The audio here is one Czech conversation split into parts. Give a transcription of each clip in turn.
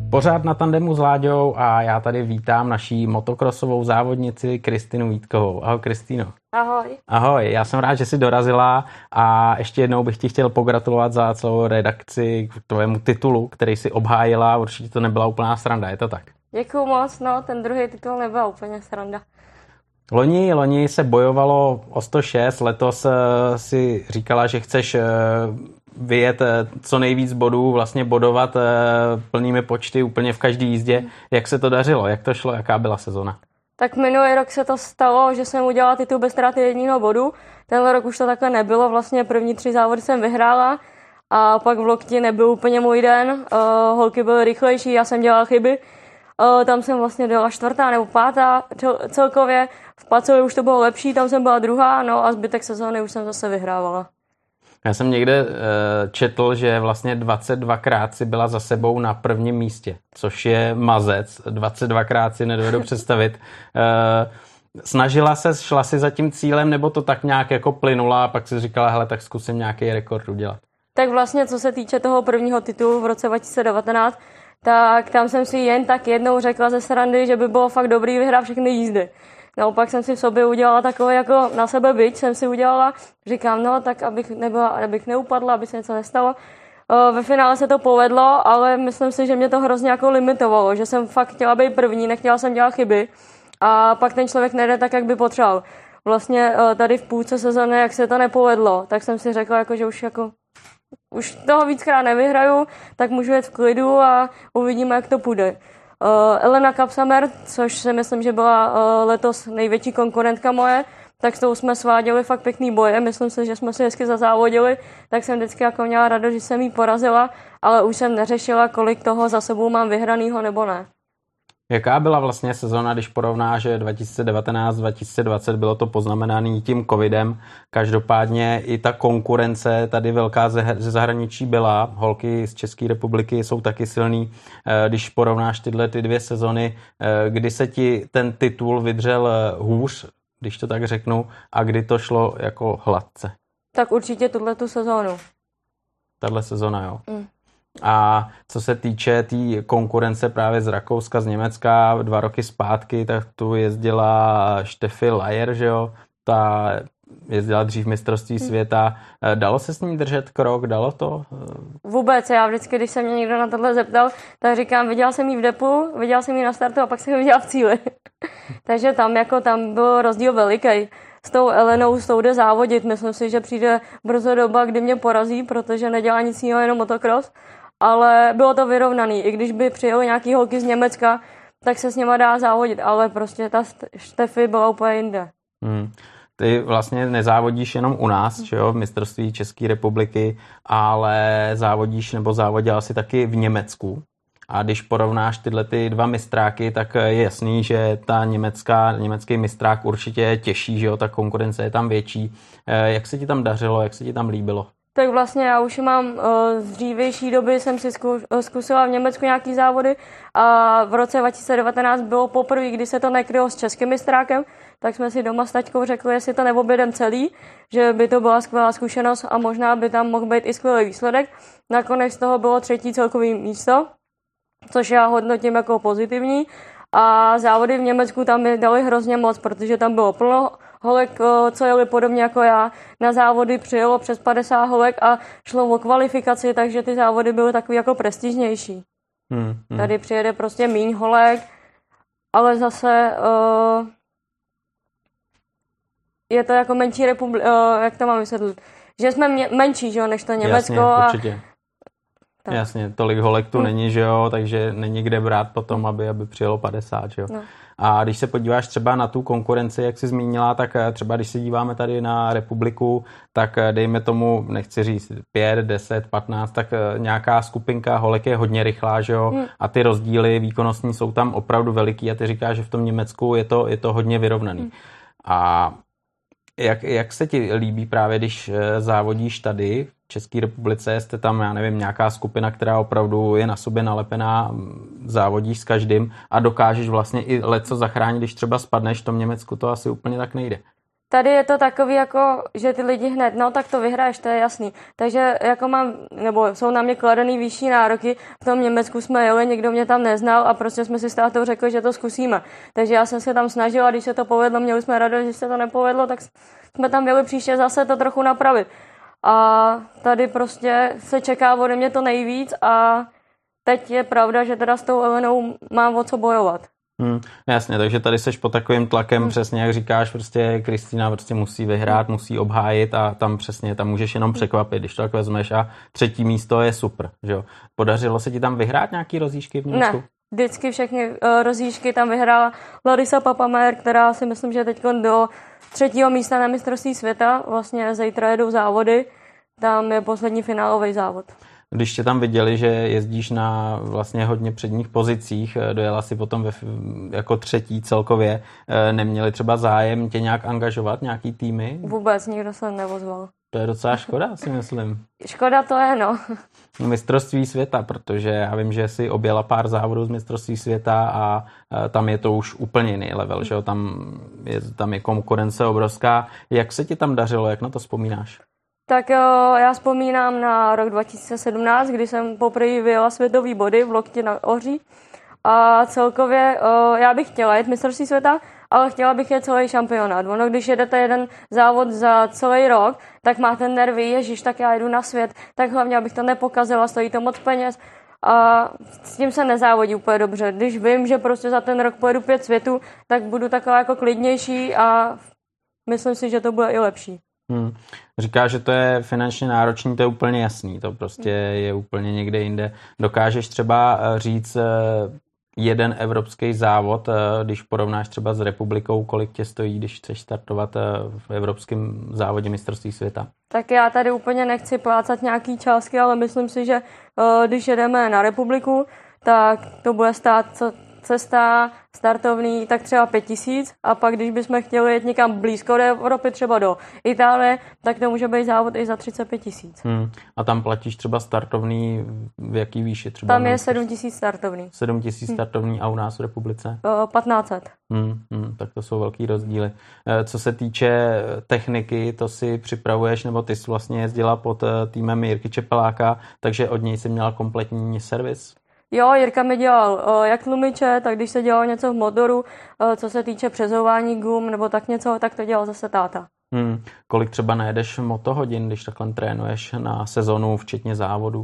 Pořád na tandemu s Láďou a já tady vítám naší motokrosovou závodnici Kristinu Vítkovou. Ahoj Kristýno. Ahoj. Ahoj, já jsem rád, že jsi dorazila a ještě jednou bych ti chtěl pogratulovat za celou redakci k tvému titulu, který jsi obhájila. Určitě to nebyla úplná sranda, je to tak? Děkuju moc, no ten druhý titul nebyla úplně sranda. Loni se bojovalo o 106, letos si říkala, že chceš vyjet co nejvíc bodů, vlastně bodovat plnými počty úplně v každé jízdě. Jak se to dařilo? Jak to šlo? Jaká byla sezona? Tak minulý rok se to stalo, že jsem udělala titul bez ztráty jedního bodu. Tenhle rok už to takhle nebylo, vlastně první 3 závody jsem vyhrála a pak v Lokti nebyl úplně můj den. Holky byly rychlejší, já jsem dělala chyby. Tam jsem vlastně dělala 4. nebo 5. celkově. V Paceli už to bylo lepší, tam jsem byla 2. no a zbytek sezóny už jsem zase vyhrávala. Já jsem někde četl, že vlastně 22krát si byla za sebou na prvním místě, což je mazec. 22krát si nedovedu představit. Snažila se, šla si za tím cílem, nebo to tak nějak jako plynula a pak si říkala, hele, tak zkusím nějaký rekord udělat? Tak vlastně, co se týče toho prvního titulu v roce 2019, tak tam jsem si jen tak jednou řekla ze srandy, že by bylo fakt dobrý vyhrát všechny jízdy. No, pak jsem si v sobě udělala takové jako na sebe byť, jsem si udělala, říkám, no, tak abych neupadla, aby se něco nestalo. Ve finále se to povedlo, ale myslím si, že mě to hrozně jako limitovalo, že jsem fakt chtěla být první, nechtěla jsem dělat chyby a pak ten člověk nejde tak, jak by potřeboval. Vlastně tady v půlce sezóny, jak se to nepovedlo, tak jsem si řekla, jako, že už toho víckrát nevyhraju, tak můžu jet v klidu a uvidíme, jak to půjde. Elena Kapsamer, což si myslím, že byla letos největší konkurentka moje, tak s tou jsme sváděli fakt pěkný boje, myslím si, že jsme si hezky zazávodili, tak jsem vždycky jako měla radost, že jsem jí porazila, ale už jsem neřešila, kolik toho za sebou mám vyhranýho nebo ne. Jaká byla vlastně sezona, když porovnáš, že 2019-2020 bylo to poznamenané tím covidem, každopádně i ta konkurence tady velká ze zahraničí byla, holky z České republiky jsou taky silný, když porovnáš tyhle ty 2 sezony, kdy se ti ten titul vydřel hůř, když to tak řeknu, a kdy to šlo jako hladce? Tak určitě tuhletu sezónu. Tahle sezona, jo. A co se týče té konkurence právě z Rakouska, z Německa, 2 roky zpátky, tak tu jezdila Steffi Lajer, že jo? Ta jezdila dřív mistrovství světa. Dalo se s ní držet krok? Dalo to? Vůbec. Já vždycky, když se mě někdo na tohle zeptal, tak říkám, viděla jsem jí v depu, viděla jsem jí na startu a pak jsem ji viděla v cíli. Takže tam byl rozdíl veliký. S tou Elenou, s tou jde závodit. Myslím si, že přijde brzo doba, kdy mě porazí, protože nedělá nic jiného, jenom motocross. Ale bylo to vyrovnaný. I když by přijeli nějaký holky z Německa, tak se s něma dá závodit. Ale prostě ta Steffi byla úplně jinde. Ty vlastně nezávodíš jenom u nás, že jo, v mistrovství České republiky, ale závodíš nebo závodila si taky v Německu. A když porovnáš tyhle ty 2 mistráky, tak je jasný, že ta německý mistrák určitě je těžší, že jo, ta konkurence je tam větší. Jak se ti tam dařilo, jak se ti tam líbilo? Tak vlastně já už mám z dřívější doby, jsem si zkusila v Německu nějaký závody a v roce 2019 bylo poprvé, kdy se to nekrylo s českým mistrákem, tak jsme si doma s taťkou řekli, jestli to neobjedem celý, že by to byla skvělá zkušenost a možná by tam mohl být i skvělý výsledek. Nakonec z toho bylo 3. celkový místo, což já hodnotím jako pozitivní. A závody v Německu tam mi dali hrozně moc, protože tam bylo plno holek, co jeli podobně jako já. Na závody přijelo přes 50 holek a šlo o kvalifikaci, takže ty závody byly takový jako prestižnější. Tady přijede prostě míň holek, ale zase je to jako menší republika, jak to mám vysvětlit, že jsme menší, že jo, než to Německo. Jasně, určitě. Tak. Jasně, tolik holek tu není, že jo, takže není kde brát potom, aby přijelo 50, že jo. No. A když se podíváš třeba na tu konkurenci, jak jsi zmínila, tak třeba když se díváme tady na republiku, tak dejme tomu, nechci říct 5, 10, 15, tak nějaká skupinka holek je hodně rychlá, že jo, a ty rozdíly výkonnostní jsou tam opravdu veliký a ty říkáš, že v tom Německu je to hodně vyrovnaný. A jak se ti líbí právě, když závodíš tady v České republice, jste tam, já nevím, nějaká skupina, která opravdu je na sobě nalepená, závodíš s každým a dokážeš vlastně i leco zachránit, když třeba spadneš, v tom Německu to asi úplně tak nejde. Tady je to takový, jako, že ty lidi hned, no tak to vyhraješ, to je jasný. Takže jako nebo jsou na mě kladený vyšší nároky. V tom Německu jsme jeli, nikdo mě tam neznal a prostě jsme si s tátou řekli, že to zkusíme. Takže já jsem se tam snažila, když se to povedlo, měli jsme radost, že se to nepovedlo, tak jsme tam měli příště zase to trochu napravit. A tady prostě se čeká ode mě to nejvíc a teď je pravda, že teda s tou Elenou mám o co bojovat. Jasně, takže tady seš pod takovým tlakem, přesně jak říkáš, prostě Kristýna prostě musí vyhrát, musí obhájit a tam přesně, tam můžeš jenom překvapit, když to tak vezmeš a 3. místo je super, že jo. Podařilo se ti tam vyhrát nějaký rozjížďky v Německu? Ne, vždycky všechny rozjížďky tam vyhrála Larisa Papamer, která si myslím, že teď do 3. místa na mistrovství světa, vlastně zítra jedou závody, tam je poslední finálový závod. Když tě tam viděli, že jezdíš na vlastně hodně předních pozicích, dojela si potom jako 3. celkově, neměli třeba zájem tě nějak angažovat, nějaký týmy? Vůbec, nikdo se neozval. To je docela škoda, si myslím. Škoda to je, no. Mistrovství světa, protože já vím, že jsi objela pár závodů z mistrovství světa a tam je to už úplně jiný level, že jo? Tam je konkurence obrovská. Jak se ti tam dařilo, jak na to vzpomínáš? Tak já vzpomínám na rok 2017, kdy jsem poprvé vyjela světový body v Lokti na Ohří a celkově já bych chtěla jet mistrovství světa, ale chtěla bych jet celý šampionát. Ono, když jedete jeden závod za celý rok, tak máte nervy, ježiš, tak já jdu na svět, tak hlavně, abych to nepokazila, stojí to moc peněz a s tím se nezávodí úplně dobře. Když vím, že prostě za ten rok pojedu 5 světů, tak budu taková jako klidnější a myslím si, že to bude i lepší. Říkáš, že to je finančně náročný, to je úplně jasný, to prostě je úplně někde jinde. Dokážeš třeba říct jeden evropský závod, když porovnáš třeba s republikou, kolik tě stojí, když chceš startovat v evropském závodě mistrovství světa? Tak já tady úplně nechci plácat nějaký částky, ale myslím si, že když jedeme na republiku, tak to bude stát cesta startovní tak třeba 5 000 a pak když bychom chtěli jet někam blízko do Evropy, třeba do Itálie, tak to může být závod i za 35 000. A tam platíš třeba startovní v jaký výši? Třeba tam je 7 000 startovní. 7 000 startovní a u nás v republice? 1500. Tak to jsou velký rozdíly. Co se týče techniky, to si připravuješ, nebo ty jsi vlastně jezdila pod týmem Jirky Čepeláka, takže od něj jsi měla kompletní servis? Jo, Jirka mi dělal jak tlumiče, tak když se dělalo něco v motoru, co se týče přezouvání gum nebo tak něco, tak to dělal zase táta. Kolik třeba najedeš motohodin, když takhle trénuješ na sezonu, včetně závodu?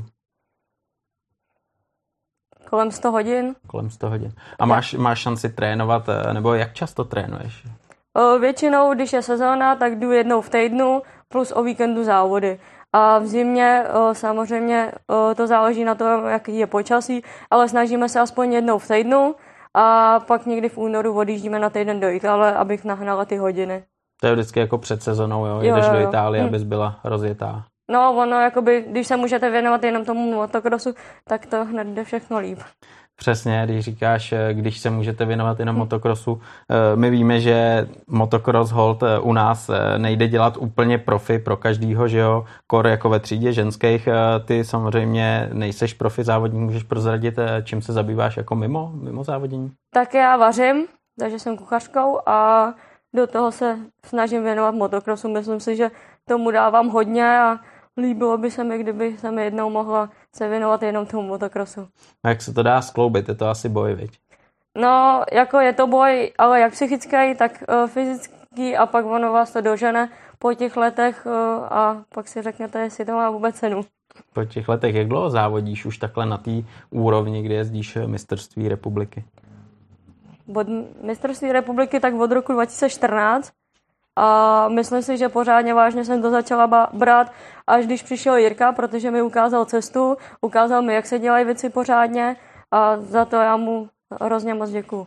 Kolem 100 hodin. Kolem 100 hodin. A máš šanci trénovat, nebo jak často trénuješ? Většinou, když je sezóna, tak jdu jednou v týdnu plus o víkendu závody. A v zimě samozřejmě to záleží na tom, jaký je počasí, ale snažíme se aspoň jednou v týdnu a pak někdy v únoru odjíždíme na týden do Itálie, abych nahnala ty hodiny. To je vždycky jako před sezónou, jo? Jedeš do Itálie, abys byla rozjetá. No, ono, jakoby, když se můžete věnovat jenom tomu motokrosu, tak to hned jde všechno líp. Přesně, když říkáš, když se můžete věnovat jenom motokrosu. My víme, že motokros hold u nás nejde dělat úplně profi pro každýho, že jo, kor jako ve třídě ženských. Ty samozřejmě nejseš profi závodník, můžeš prozradit, čím se zabýváš jako mimo závodění? Tak já vařím, takže jsem kuchařkou a do toho se snažím věnovat motokrosu. Myslím si, že tomu dávám hodně a líbilo by se mi, kdyby se mi jednou mohla se věnovat jenom tomu motokrosu. A jak se to dá skloubit? Je to asi boj, viď? No, jako je to boj, ale jak psychický, tak fyzický a pak ono vás to dožene po těch letech a pak si řeknete, jestli to má vůbec cenu. Po těch letech, jak dlouho závodíš už takhle na té úrovni, kdy jezdíš mistrovství republiky? Od mistrovství republiky tak od roku 2014 a myslím si, že pořádně vážně jsem to začala brát, až když přišel Jirka, protože mi ukázal cestu, ukázal mi, jak se dělají věci pořádně a za to já mu hrozně moc děkuju.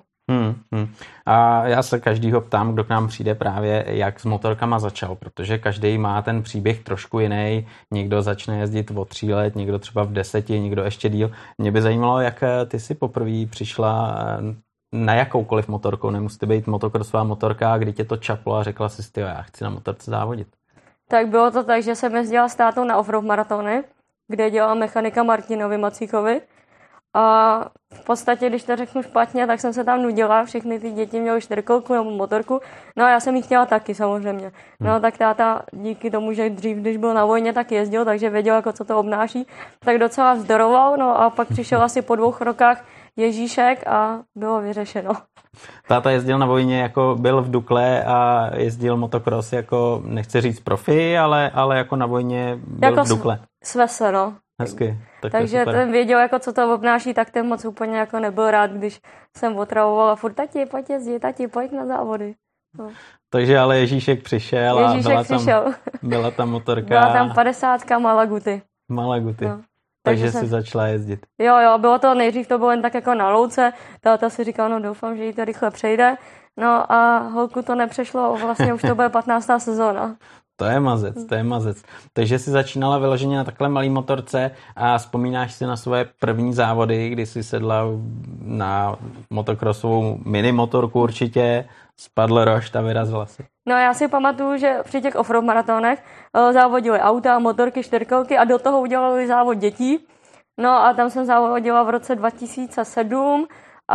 A já se každýho ptám, kdo k nám přijde právě, jak s motorkama začal, protože každý má ten příběh trošku jiný. Někdo začne jezdit od 3 let, někdo třeba v 10, někdo ještě díl. Mě by zajímalo, jak ty jsi poprvé přišla na jakoukoliv motorkou, nemusí být motokrosová motorka, kdy tě to čaplo a řekla jsi, tyjo, já chci na motorce závodit. Tak bylo to tak, že jsem jezdila s tátou na offroad maratony, kde dělala mechanika Martinovi Macíkovi A v podstatě, když to řeknu špatně, tak jsem se tam nudila, všechny ty děti měly čtyřkolku nebo motorku, no a já jsem ji chtěla taky samozřejmě. No tak táta díky tomu, že dřív, když byl na vojně, tak jezdil, takže věděl, jako co to obnáší, tak docela vzdoroval, no a pak přišel asi po 2 rokách Ježíšek a bylo vyřešeno. Táta jezdil na vojně, jako byl v Dukle a jezdil motocross jako, nechci říct profi, ale jako na vojně byl jako v Dukle. Svese, no. Hezky. Takže ten věděl, jako co to obnáší, tak ten moc úplně jako nebyl rád, když jsem otravovala furt, tati, pojď jezdit, tati, pojď na závody. No. Takže ale Ježíšek přišel a byla tam motorka. Byla tam 50 Malaguty. No. Takže si začala jezdit. Jo, bylo to nejdřív, to bylo jen tak jako na louce, táta si říkal, no doufám, že jí to rychle přejde. No a holku to nepřešlo, vlastně už to bude 15. sezóna. To je mazec. Takže jsi začínala vyloženě na takhle malý motorce a vzpomínáš si na svoje první závody, kdy jsi sedla na motocrossovou minimotorku určitě, spadl rošt a vyrazila si. No já si pamatuju, že při těch offroad maratonech závodily auta, motorky, čtyřkolky a do toho udělali závod dětí. No a tam jsem závodila v roce 2007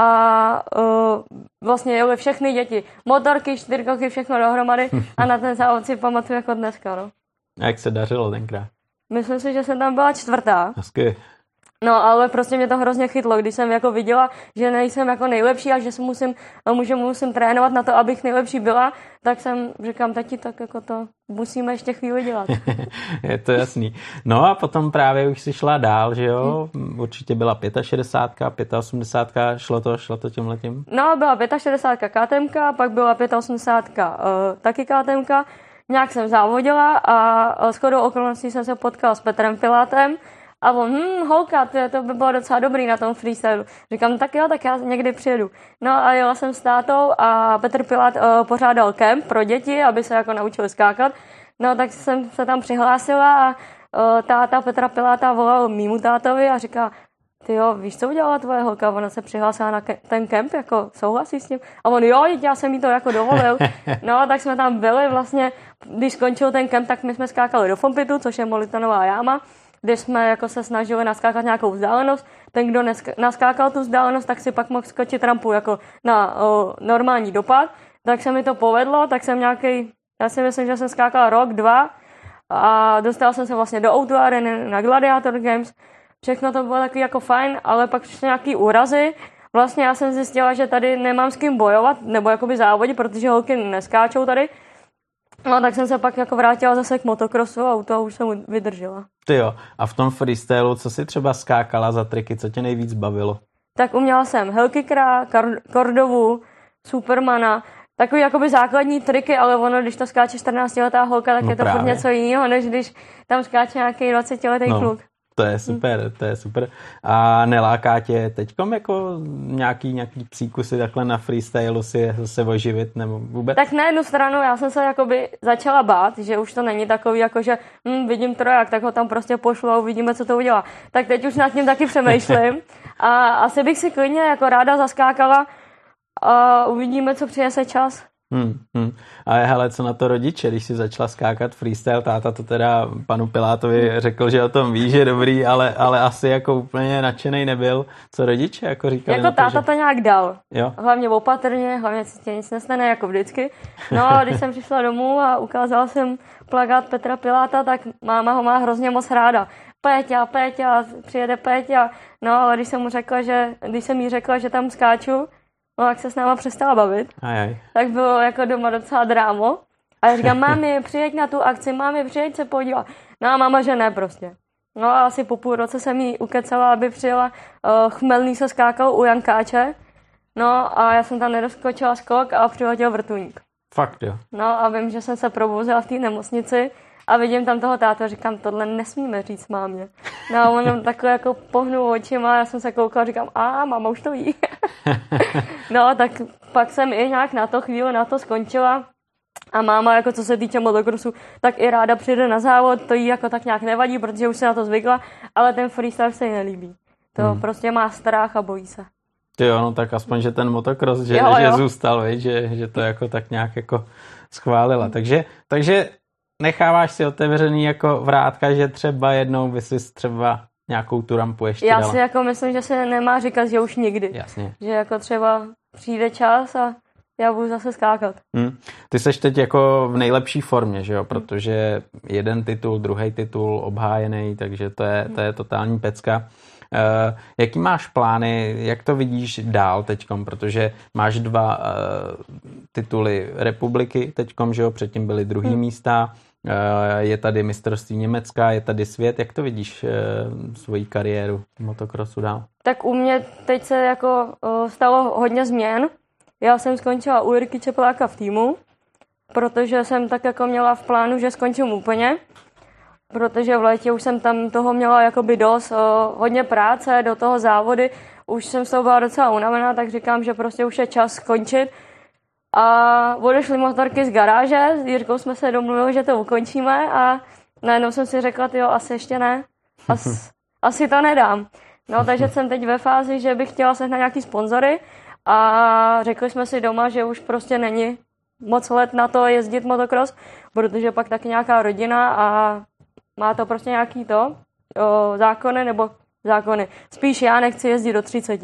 a vlastně jeli všechny děti. Motorky, čtyřkolky, všechno dohromady a na ten závod si pamatuju jako dneska. No. A jak se dařilo tenkrát? Myslím si, že jsem tam byla 4. Hezky. No, ale prostě mě to hrozně chytlo, když jsem jako viděla, že nejsem jako nejlepší a že se musím trénovat na to, abych nejlepší byla, tak jsem říkám, tati, tak jako to musíme ještě chvíli dělat. Je to jasný. No a potom právě už si šla dál, že jo? Určitě byla 65, 85, šlo to tímhletím? No, byla 65 KTMka, pak byla 85 taky KTMka. Nějak jsem závodila a shodou okolností jsem se potkala s Petrem Pilátem. A on, holka, to by bylo docela dobrý na tom freestylu. Říkám, tak jo, tak já někdy přijedu. No a jela jsem s tátou a Petr Pilát pořádal kemp pro děti, aby se jako naučili skákat. No tak jsem se tam přihlásila a táta Petra Piláta volal mýmu tátovi a říká, ty jo, víš, co udělala tvoje holka? Ona se přihlásila na ten kemp, jako souhlasí s tím? A on, jo, já jsem jí to jako dovolil. No, tak jsme tam byli vlastně, když skončil ten kemp, tak my jsme skákali do Fompitu, což je molitanová jáma, kde jsme jako se snažili naskákat nějakou vzdálenost. Ten, kdo naskákal tu vzdálenost, tak si pak mohl skočit rampu jako na normální dopad. Tak se mi to povedlo, tak jsem já si myslím, že jsem skákala 1, 2 a dostala jsem se vlastně do Auto Areny na Gladiator Games. Všechno to bylo takový jako fajn, ale pak přišly nějaký úrazy. Vlastně já jsem zjistila, že tady nemám s kým bojovat, nebo jakoby závodit, protože holky neskáčou tady. No tak jsem se pak jako vrátila zase k motocrossu a to už jsem vydržela. Ty jo, a v tom freestylu, co jsi třeba skákala za triky, co tě nejvíc bavilo? Tak uměla jsem Hellkickera, Kordovu, Supermana, takový jakoby základní triky, ale ono, když to skáče 14letá holka, tak je to furt něco jiného, než když tam skáče nějaký 20letý kluk. To je super. A neláká tě teďkom jako nějaký příkusy takhle na freestylu si zase oživit nebo vůbec? Tak na jednu stranu já jsem se jakoby začala bát, že už to není takový jako, že vidím troják, tak ho tam prostě pošlu a uvidíme, co to udělá. Tak teď už nad tím taky přemýšlím a asi bych si klidně jako ráda zaskákala a uvidíme, co přinese čas. Ale hele, co na to rodiče, když si začala skákat freestyle, táta to teda panu Pilátovi řekl, že o tom ví, že je dobrý, ale asi jako úplně nadšenej nebyl. Co rodiče jako říkali? Jako táta že... to nějak dal. Jo? Hlavně opatrně, hlavně si tě nic nestane, jako vždycky. No a když jsem přišla domů a ukázala jsem plakát Petra Piláta, tak máma ho má hrozně moc ráda. Péťa, přijede Péťa. No ale když jsem jí řekla, že tam skáču, no, tak se s náma přestala bavit. Tak bylo jako doma docela drámo. A já říkám, mámi, přijeď na tu akci, mámi, přijeď se podívat. No a máma, že ne prostě. No a asi po půl roce jsem jí ukecala, aby přijela Chmelný se skákal u Jankáče. No a já jsem tam nedoskočila skok a přiletěl vrtulník. Fakt jo. No a vím, že jsem se probouzela v té nemocnici a vidím tam toho tátu a říkám, tohle nesmíme říct mámě. No a on takhle jako pohnul očima a já jsem se koukala a říkám, máma už to ví. No tak pak jsem i nějak chvíli na to skončila a máma, jako co se týče motocrossu, tak i ráda přijde na závod, to jí jako tak nějak nevadí, protože už se na to zvykla, ale ten freestyle se jí nelíbí. To prostě má strach a bojí se. Ty jo, no tak aspoň, že ten motocross, že zůstal, že to jako tak nějak jako schválila. Takže necháváš si otevřený jako vrátka, že třeba jednou by si třeba nějakou tu rampu ještě Já dala? si jako myslím, že se nemá říkat, že už nikdy. Jasně. Že jako třeba přijde čas a já budu zase skákat. Ty seš teď jako v nejlepší formě, že jo? Protože jeden titul, druhý titul obhájený, takže to je totální pecka. Jaký máš plány, jak to vidíš dál teďkom, protože máš 2 tituly republiky teďkom, že jo? Předtím byly druhý místa, je tady mistrovství Německa, je tady svět. Jak to vidíš svoji kariéru v motokrosu dál? Tak u mě teď se jako stalo hodně změn. Já jsem skončila u Jirky Čepeláka v týmu, protože jsem tak jako měla v plánu, že skončím úplně, protože v létě už jsem tam toho měla jakoby dost, hodně práce, do toho závody, už jsem z toho byla docela unavená, tak říkám, že prostě už je čas skončit. A odešly motorky z garáže, s Jirkou jsme se domluvili, že to ukončíme a najednou jsem si řekla, jo, asi ještě ne, asi to nedám. No, takže jsem teď ve fázi, že bych chtěla sehnat nějaký sponzory a řekli jsme si doma, že už prostě není moc let na to jezdit motocross, protože pak taky nějaká rodina a má to prostě nějaký zákony. Spíš já nechci jezdit do 30.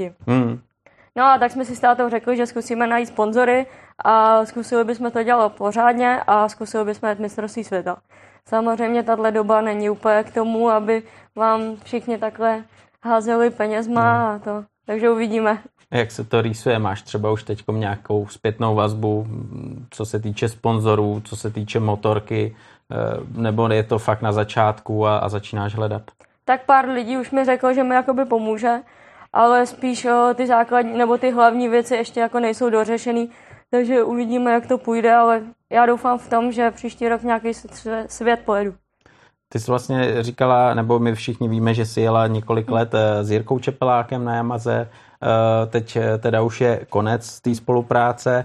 No a tak jsme si s tátou řekli, že zkusíme najít sponzory a zkusili bychom to dělat pořádně a zkusili bychom jet mistrovství světa. Samozřejmě tato doba není úplně k tomu, aby vám všichni takhle házeli penězma a to. Takže uvidíme. Jak se to rýsuje? Máš třeba už teď nějakou zpětnou vazbu, co se týče sponzorů, co se týče motorky, nebo je to fakt na začátku a začínáš hledat? Tak pár lidí už mi řeklo, že mi jakoby pomůže, ale spíš ty základní nebo ty hlavní věci ještě jako nejsou dořešený, takže uvidíme, jak to půjde, ale já doufám v tom, že příští rok nějaký svět pojedu. Ty jsi vlastně říkala, nebo my všichni víme, že jsi jela několik let s Jirkou Čepelákem na Yamaze, teď teda už je konec té spolupráce,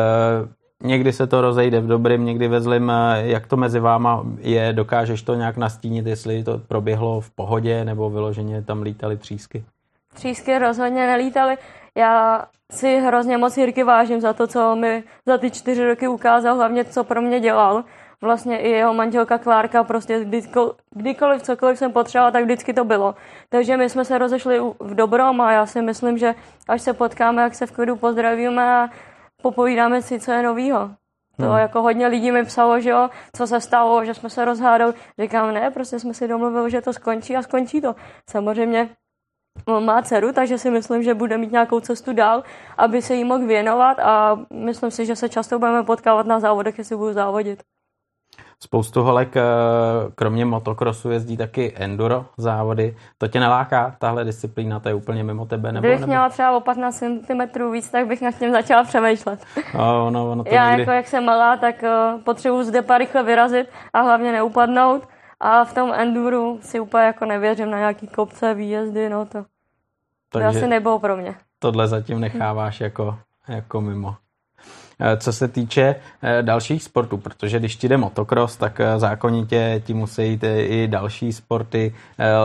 někdy se to rozejde v dobrým, někdy ve zlým, jak to mezi váma je, dokážeš to nějak nastínit, jestli to proběhlo v pohodě, nebo vyloženě tam lítaly třísky? Třísky rozhodně nelítaly. Já si hrozně moc Jirky vážím za to, co mi za ty 4 roky ukázal, hlavně co pro mě dělal. Vlastně i jeho manželka Klárka, prostě kdykoliv cokoliv jsem potřebovala, tak vždycky to bylo. Takže my jsme se rozešli v dobrom a já si myslím, že až se potkáme, jak se v klidu pozdravíme a popovídáme si, co je novýho. To jako hodně lidí mi psalo, že jo, co se stalo, že jsme se rozhádali. Říkám, ne, prostě jsme si domluvili, že to skončí a skončí to. Samozřejmě on má dceru, takže si myslím, že bude mít nějakou cestu dál, aby se jí mohl věnovat a myslím si, že se často budeme potkávat na závodech, jestli budu závodit. Spoustu holek kromě motokrosu jezdí taky enduro závody. To tě neláká, tahle disciplína, to je úplně mimo tebe? Kdybych měla třeba o 15 cm víc, tak bych nad tím začala přemýšlet. Ono to já někdy... jako jak jsem malá, tak potřebuji z depa rychle vyrazit a hlavně neupadnout. A v tom enduru si úplně jako nevěřím na nějaký kopce, výjezdy, no to asi nebylo pro mě. Tohle zatím necháváš jako mimo. Co se týče dalších sportů, protože když ti jde motocross, tak zákonitě ti musí jít i další sporty.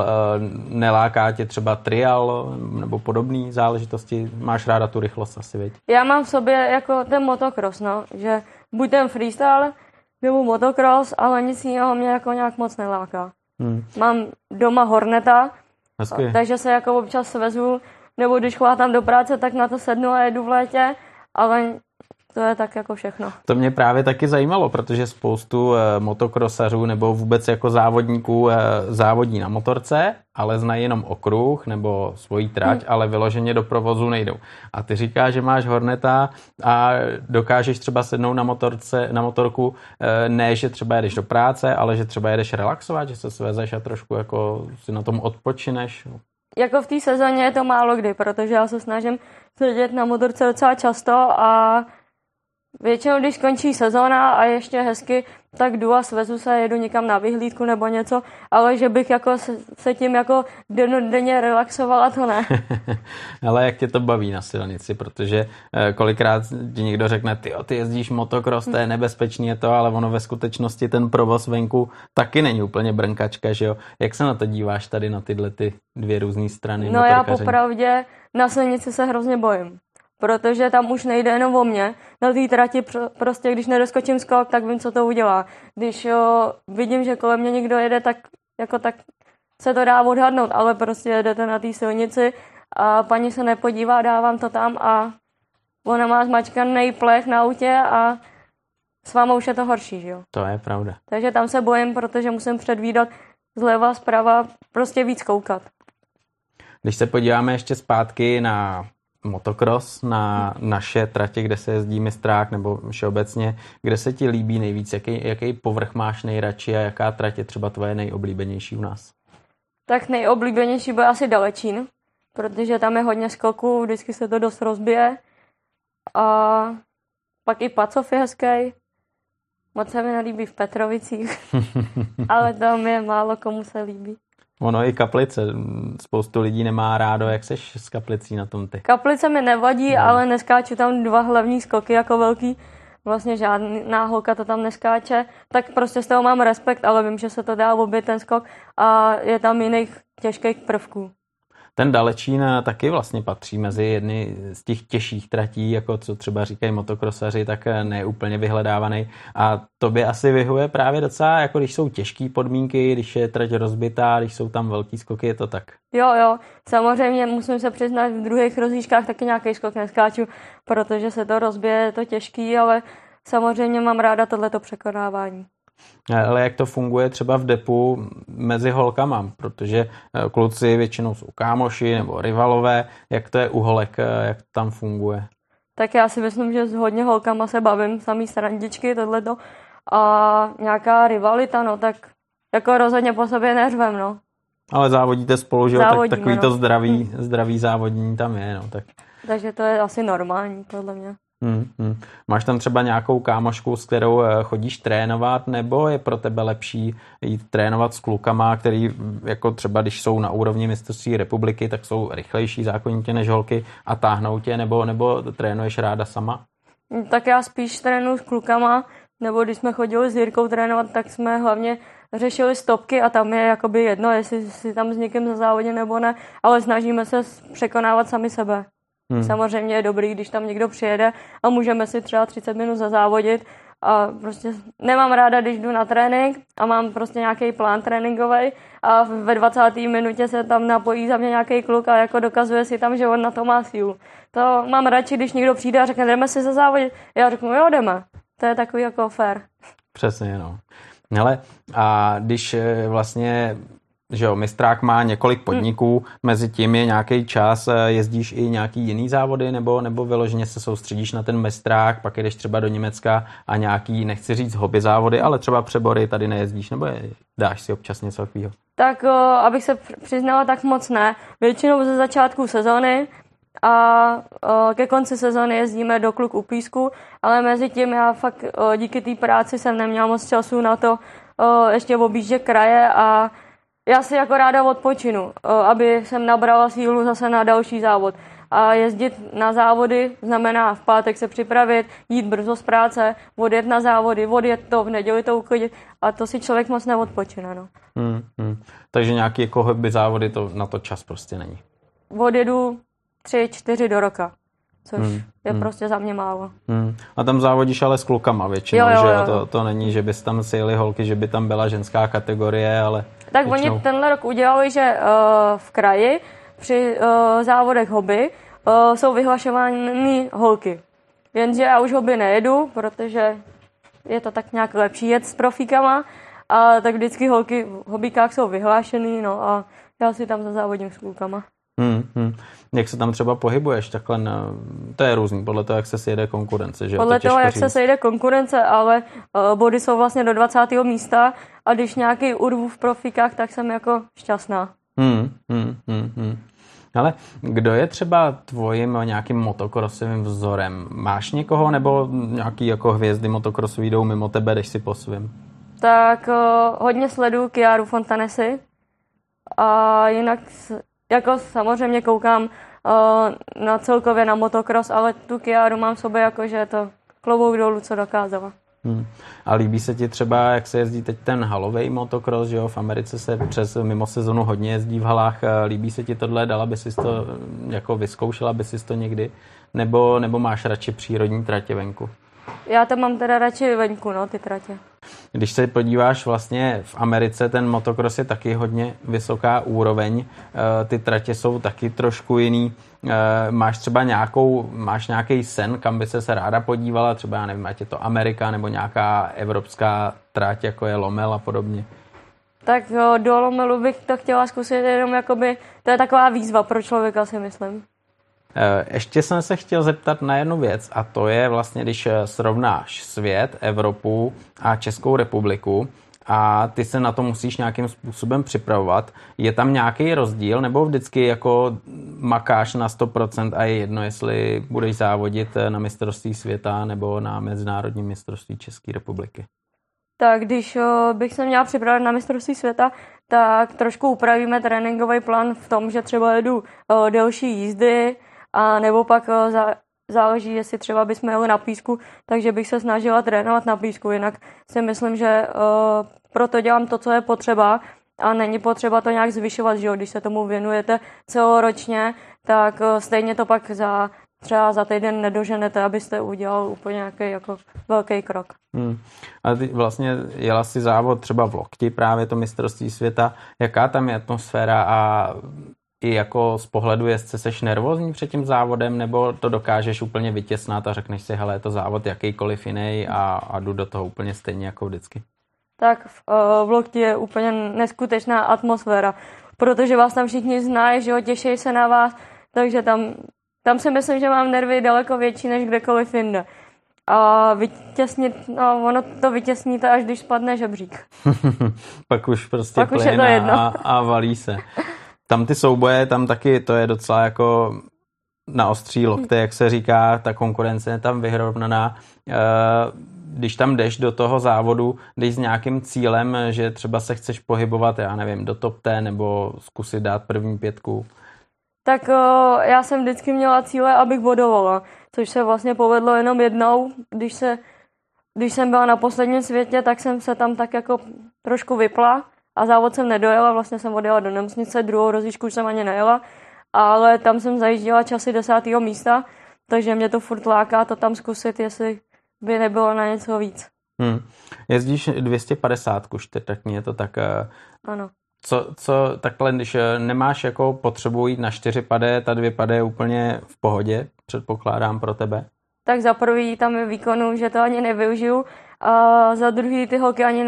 Neláká tě třeba trial nebo podobné záležitosti? Máš ráda tu rychlost asi, viď? Já mám v sobě jako ten motocross, no, že buď ten freestyle nebo motocross, ale nic jiného mě jako nějak moc neláká. Mám doma Horneta, takže se jako občas svezu, nebo když chvátám do práce, tak na to sednu a jedu v létě, ale to je tak jako všechno. To mě právě taky zajímalo, protože spoustu motokrosařů nebo vůbec jako závodníků závodí na motorce, ale znají jenom okruh nebo svoji trať, ale vyloženě do provozu nejdou. A ty říkáš, že máš Horneta a dokážeš třeba sednout na motorku, ne, že třeba jedeš do práce, ale že třeba jedeš relaxovat, že se svezeš a trošku jako si na tom odpočineš. Jako v té sezóně je to málo kdy, protože já se snažím sedět na motorce docela často a většinou, když skončí sezóna a ještě hezky, tak jdu a svezu se, jedu někam na vyhlídku nebo něco, ale že bych jako se tím jako denně relaxovala, to ne. Ale jak tě to baví na silnici, protože kolikrát ti někdo řekne, ty jezdíš motocross, to je nebezpečný, je to, ale ono ve skutečnosti ten provoz venku taky není úplně brnkačka, že jo? Jak se na to díváš tady na tyhle ty 2 různé strany? No já popravdě na silnici se hrozně bojím. Protože tam už nejde jenom o mě. Na té trati prostě, když nedoskočím skok, tak vím, co to udělá. Když vidím, že kolem mě někdo jede, tak se to dá odhadnout, ale prostě jedete na té silnici a paní se nepodívá, dávám to tam a ona má zmačkaný plech na autě a s váma už je to horší, že jo? To je pravda. Takže tam se bojím, protože musím předvídat zleva, zprava, prostě víc koukat. Když se podíváme ještě zpátky na motocross, na naše tratě, kde se jezdí mistrák nebo všeobecně, kde se ti líbí nejvíc? Jaký povrch máš nejradši a jaká trať je třeba tvoje nejoblíbenější u nás? Tak nejoblíbenější bude asi Dalečín, protože tam je hodně skoků, vždycky se to dost rozbije. A pak i Pacov je hezký. Moc se mi nelíbí v Petrovicích, ale tam je málo komu se líbí. Ono i Kaplice. Spoustu lidí nemá rádo. Jak seš s Kaplicí na tom ty? Kaplice mi nevadí, ale neskáču tam 2 hlavní skoky jako velký. Vlastně žádná holka to tam neskáče. Tak prostě z toho mám respekt, ale vím, že se to dá obět ten skok a je tam jiných těžkých prvků. Ten Dalečín taky vlastně patří mezi jedny z těch těžších tratí, jako co třeba říkají motokrosaři, tak ne úplně vyhledávaný. A tobě asi vyhovuje právě docela, jako když jsou těžké podmínky, když je trať rozbitá, když jsou tam velký skoky, je to tak? Jo, samozřejmě musím se přiznat, v druhých rozjížkách taky nějaký skok neskáču, protože se to rozbije, je to těžký, ale samozřejmě mám ráda tohleto překonávání. Ale jak to funguje třeba v depu mezi holkama, protože kluci většinou jsou kámoši nebo rivalové, jak to je u holek, jak to tam funguje? Tak já si myslím, že s hodně holkama se bavím, samý srandičky, tohleto a nějaká rivalita, no tak jako rozhodně po sobě neřvem, no. Ale závodíte spolu, že jo, tak takový no. To zdravý závodění tam je, no tak. Takže to je asi normální, podle mě. Máš tam třeba nějakou kámošku, s kterou chodíš trénovat, nebo je pro tebe lepší jít trénovat s klukama, který jako třeba když jsou na úrovni mistrovství republiky, tak jsou rychlejší zákonitě než holky a táhnou tě, nebo trénuješ ráda sama? Tak já spíš trénuji s klukama, nebo když jsme chodili s Jirkou trénovat, tak jsme hlavně řešili stopky a tam je jakoby jedno, jestli si tam s někým zazávodí nebo ne, ale snažíme se překonávat sami sebe. Samozřejmě je dobrý, když tam někdo přijede a můžeme si třeba 30 minut zazávodit a prostě nemám ráda, když jdu na trénink a mám prostě nějaký plán tréninkový a ve 20. minutě se tam napojí za mě nějaký kluk a jako dokazuje si tam, že on na to má sílu. To mám radši, když někdo přijde a řekne, jdeme si zazávodit. Já řeknu, jo, jdeme. To je takový jako fair. Přesně, no. Hele, a když vlastně, že jo, mistrák má několik podniků, mezi tím je nějaký čas, jezdíš i nějaký jiný závody, nebo vyloženě se soustředíš na ten mistrák, pak jdeš třeba do Německa a nějaký, nechci říct hobby závody, ale třeba přebory tady nejezdíš, nebo dáš si občas něco takového? Tak abych se přiznala, tak moc ne. Většinou ze začátku sezóny a ke konci sezóny jezdíme do Kluk u Písku, ale mezi tím já fakt díky té práci jsem neměla moc času na to ještě objíždět kraje a já si jako ráda odpočinu, aby jsem nabrala sílu zase na další závod. A jezdit na závody znamená v pátek se připravit, jít brzo z práce, odjet na závody, odjet to, v neděli to uklidit a to si člověk moc neodpočine. No. Takže nějaký jako hobby závody, to na to čas prostě není. Odjedu 3-4 do roka, což je prostě za mě málo. A tam závodíš ale s klukama většinou, jo. Že jo? To není, že bys tam sjeli holky, že by tam byla ženská kategorie, ale tak většinou... oni tenhle rok udělali, že v kraji při závodech hobby jsou vyhlašovány holky. Jenže já už hobby nejedu, protože je to tak nějak lepší jet s profíkama, a tak vždycky holky v hobíkách jsou vyhlášený, no a já si tam zazávodím s klukama. Jak se tam třeba pohybuješ? Takhle to je různý, podle toho, jak se sjede konkurence. Že? Podle toho, jak se sejde konkurence, ale body jsou vlastně do 20. místa a když nějaký urvu v profíkách, tak jsem jako šťastná. Ale kdo je třeba tvojím nějakým motokrosovým vzorem? Máš někoho nebo nějaký jako hvězdy motokrosu jdou mimo tebe, jdeš si po svým? Tak hodně sleduju Chiaru Fontanesi a jinak jako samozřejmě koukám na celkově na motokros, ale tu Chiaru mám v sobě jako, že je to klobouk dolů, co dokázala. A líbí se ti třeba, jak se jezdí teď ten halový motokros, že jo? V Americe se přes mimo sezonu hodně jezdí v halách. Líbí se ti tohle? Dala by si to jako vyzkoušela by si to někdy? Nebo máš radši přírodní tratě venku? Já tam mám teda radši venku, no, ty tratě. Když se podíváš vlastně v Americe, ten motocross je taky hodně vysoká úroveň, ty tratě jsou taky trošku jiný. Máš třeba nějaký sen, kam by se ráda podívala, třeba já nevím, ať je to Amerika nebo nějaká evropská trať, jako je Lommel a podobně? Tak do Lommelu bych to chtěla zkusit jenom jakoby, to je taková výzva pro člověka, si myslím. Ještě jsem se chtěl zeptat na jednu věc a to je vlastně, když srovnáš svět, Evropu a Českou republiku a ty se na to musíš nějakým způsobem připravovat. Je tam nějaký rozdíl nebo vždycky jako makáš na 100% a je jedno, jestli budeš závodit na mistrovství světa nebo na mezinárodním mistrovství České republiky? Tak když bych se měla připravit na mistrovství světa, tak trošku upravíme tréninkový plán v tom, že třeba jedu delší jízdy, a nebo pak záleží, jestli třeba bychom jeli na písku, takže bych se snažila trénovat na písku. Jinak si myslím, že proto dělám to, co je potřeba a není potřeba to nějak zvyšovat, že jo? Když se tomu věnujete celoročně, tak stejně to pak třeba za týden nedoženete, abyste udělal úplně nějaký jako velký krok. A ty vlastně jela si závod třeba v Lokti, právě to mistrovství světa. Jaká tam je atmosféra a i jako z pohledu jezdce seš nervózní před tím závodem, nebo to dokážeš úplně vytěsnat a řekneš si, hele, je to závod jakýkoliv jiný a jdu do toho úplně stejně jako vždycky? Tak v Lokti je úplně neskutečná atmosféra, protože vás tam všichni znají, že jo, těší se na vás, takže tam si myslím, že mám nervy daleko větší než kdekoliv jinde. A vytěsnit, no ono to vytěsníte, až když spadne žebřík. Pak už prostě plyn a valí se. Tam ty souboje, tam taky to je docela jako na ostří lokte, jak se říká, ta konkurence je tam vyrovnaná. Když tam jdeš do toho závodu, jdeš s nějakým cílem, že třeba se chceš pohybovat, já nevím, do top T nebo zkusit dát první 5. Tak já jsem vždycky měla cíle, abych bodovala, což se vlastně povedlo jenom jednou. Když jsem byla na posledním světě, tak jsem se tam tak jako trošku vypla a závod jsem nedojela, vlastně jsem odjela do nemocnice, druhou rozjížďku jsem ani nejela, ale tam jsem zajížděla časy 10. místa, takže mě to furt láká to tam zkusit, jestli by nebylo na něco víc. Jezdíš 250, tak mě je to tak... Ano. Co takhle, když nemáš jako potřebu jít na 4 pade, ta 2 pade je úplně v pohodě, předpokládám pro tebe? Tak za prvý tam je výkonu, že to ani nevyužiju, a za druhý ty holky ani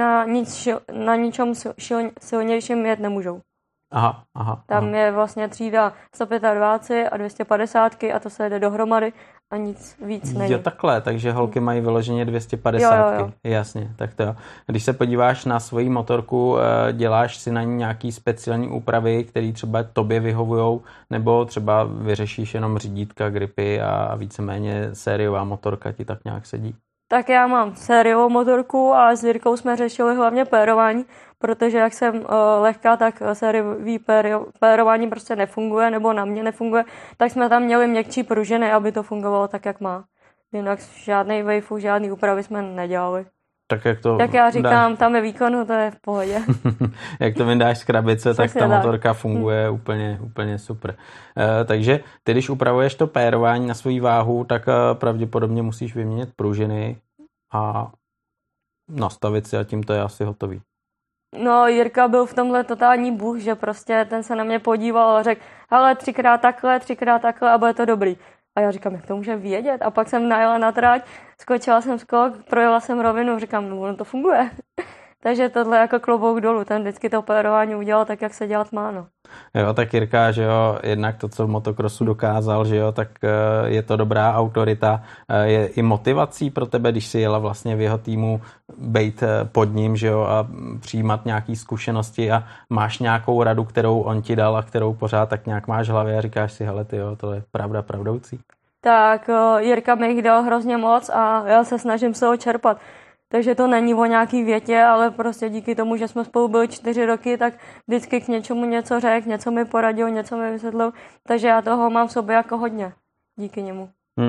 na ničem silnějším jet nemůžou. Aha. Tam je vlastně třída 125 a 250 a to se jde dohromady a nic víc není. Jo, takhle, takže holky mají vyloženě 250. Jo. Jasně, tak to jo. Když se podíváš na svoji motorku, děláš si na ní nějaký speciální úpravy, které třeba tobě vyhovujou, nebo třeba vyřešíš jenom řídítka, gripy a víceméně sériová motorka ti tak nějak sedí? Tak já mám sériovou motorku a s Jirkou jsme řešili hlavně pérování, protože jak jsem lehká, tak sériový pérování prostě nefunguje, nebo na mě nefunguje, tak jsme tam měli měkčí pružiny, aby to fungovalo tak, jak má. Jinak žádnej waveu, žádný úpravy jsme nedělali. Tak já říkám, tam je výkonu, to je v pohodě. Jak to vydáš z krabice, tak ta motorka funguje úplně super. Takže ty, když upravuješ to pérování na svou váhu, tak pravděpodobně musíš vyměnit pružiny a nastavit si a tím to je asi hotový. No, Jirka byl v tomhle totální bůh, že prostě ten se na mě podíval a řekl, hele, 3x takhle a bude to dobrý. A já říkám, jak to může vědět? A pak jsem najela na trať, skočila jsem skok, projela jsem rovinu, říkám, no ono to funguje. Takže tohle jako klobouk dolů, ten vždycky to pérování udělal tak, jak se dělat má, no. Jo, tak Jirka, že jo, jednak to, co v motokrosu dokázal, že jo, tak je to dobrá autorita. Je i motivací pro tebe, když jsi jela vlastně v jeho týmu, bejt pod ním, že jo, a přijímat nějaký zkušenosti a máš nějakou radu, kterou on ti dal a kterou pořád tak nějak máš v hlavě a říkáš si, hele, ty jo, to je pravdoucí. Tak Jirka mi jich dal hrozně moc a já se snažím se ho čerpat. Takže to není o nějaký větě, ale prostě díky tomu, že jsme spolu byli 4 roky, tak vždycky k něčemu něco řekl, něco mi poradil, něco mi vysvětlil. Takže já toho mám v sobě jako hodně díky němu.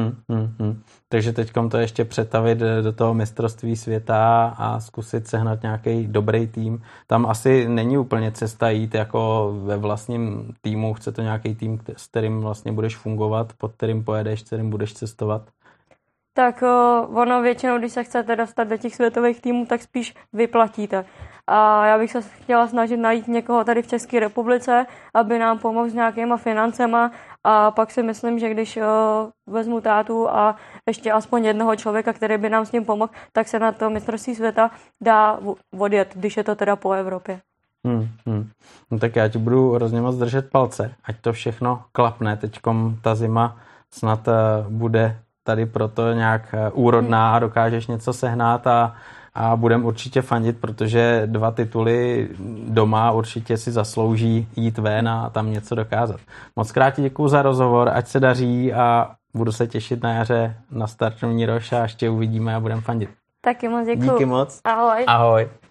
Takže teďkom to ještě přetavit do toho mistrovství světa a zkusit sehnat nějaký dobrý tým. Tam asi není úplně cesta jít jako ve vlastním týmu. Chce to nějaký tým, s kterým vlastně budeš fungovat, pod kterým pojedeš, s kterým budeš cestovat? Tak ono většinou, když se chcete dostat do těch světových týmů, tak spíš vyplatíte. A já bych se chtěla snažit najít někoho tady v České republice, aby nám pomohl s nějakýma financema, a pak si myslím, že když vezmu tátu a ještě aspoň jednoho člověka, který by nám s tím pomohl, tak se na to mistrovství světa dá odjet, když je to teda po Evropě. No tak já ti budu hrozně moc držet palce, ať to všechno klapne. Teďkom ta zima snad bude tady proto nějak úrodná a dokážeš něco sehnat a budem určitě fandit, protože 2 tituly doma určitě si zaslouží jít ven a tam něco dokázat. Moc krát ti děkuju za rozhovor, ať se daří a budu se těšit na jaře na startovní roš a ještě uvidíme a budem fandit. Taky moc děkuju. Díky moc. Ahoj. Ahoj.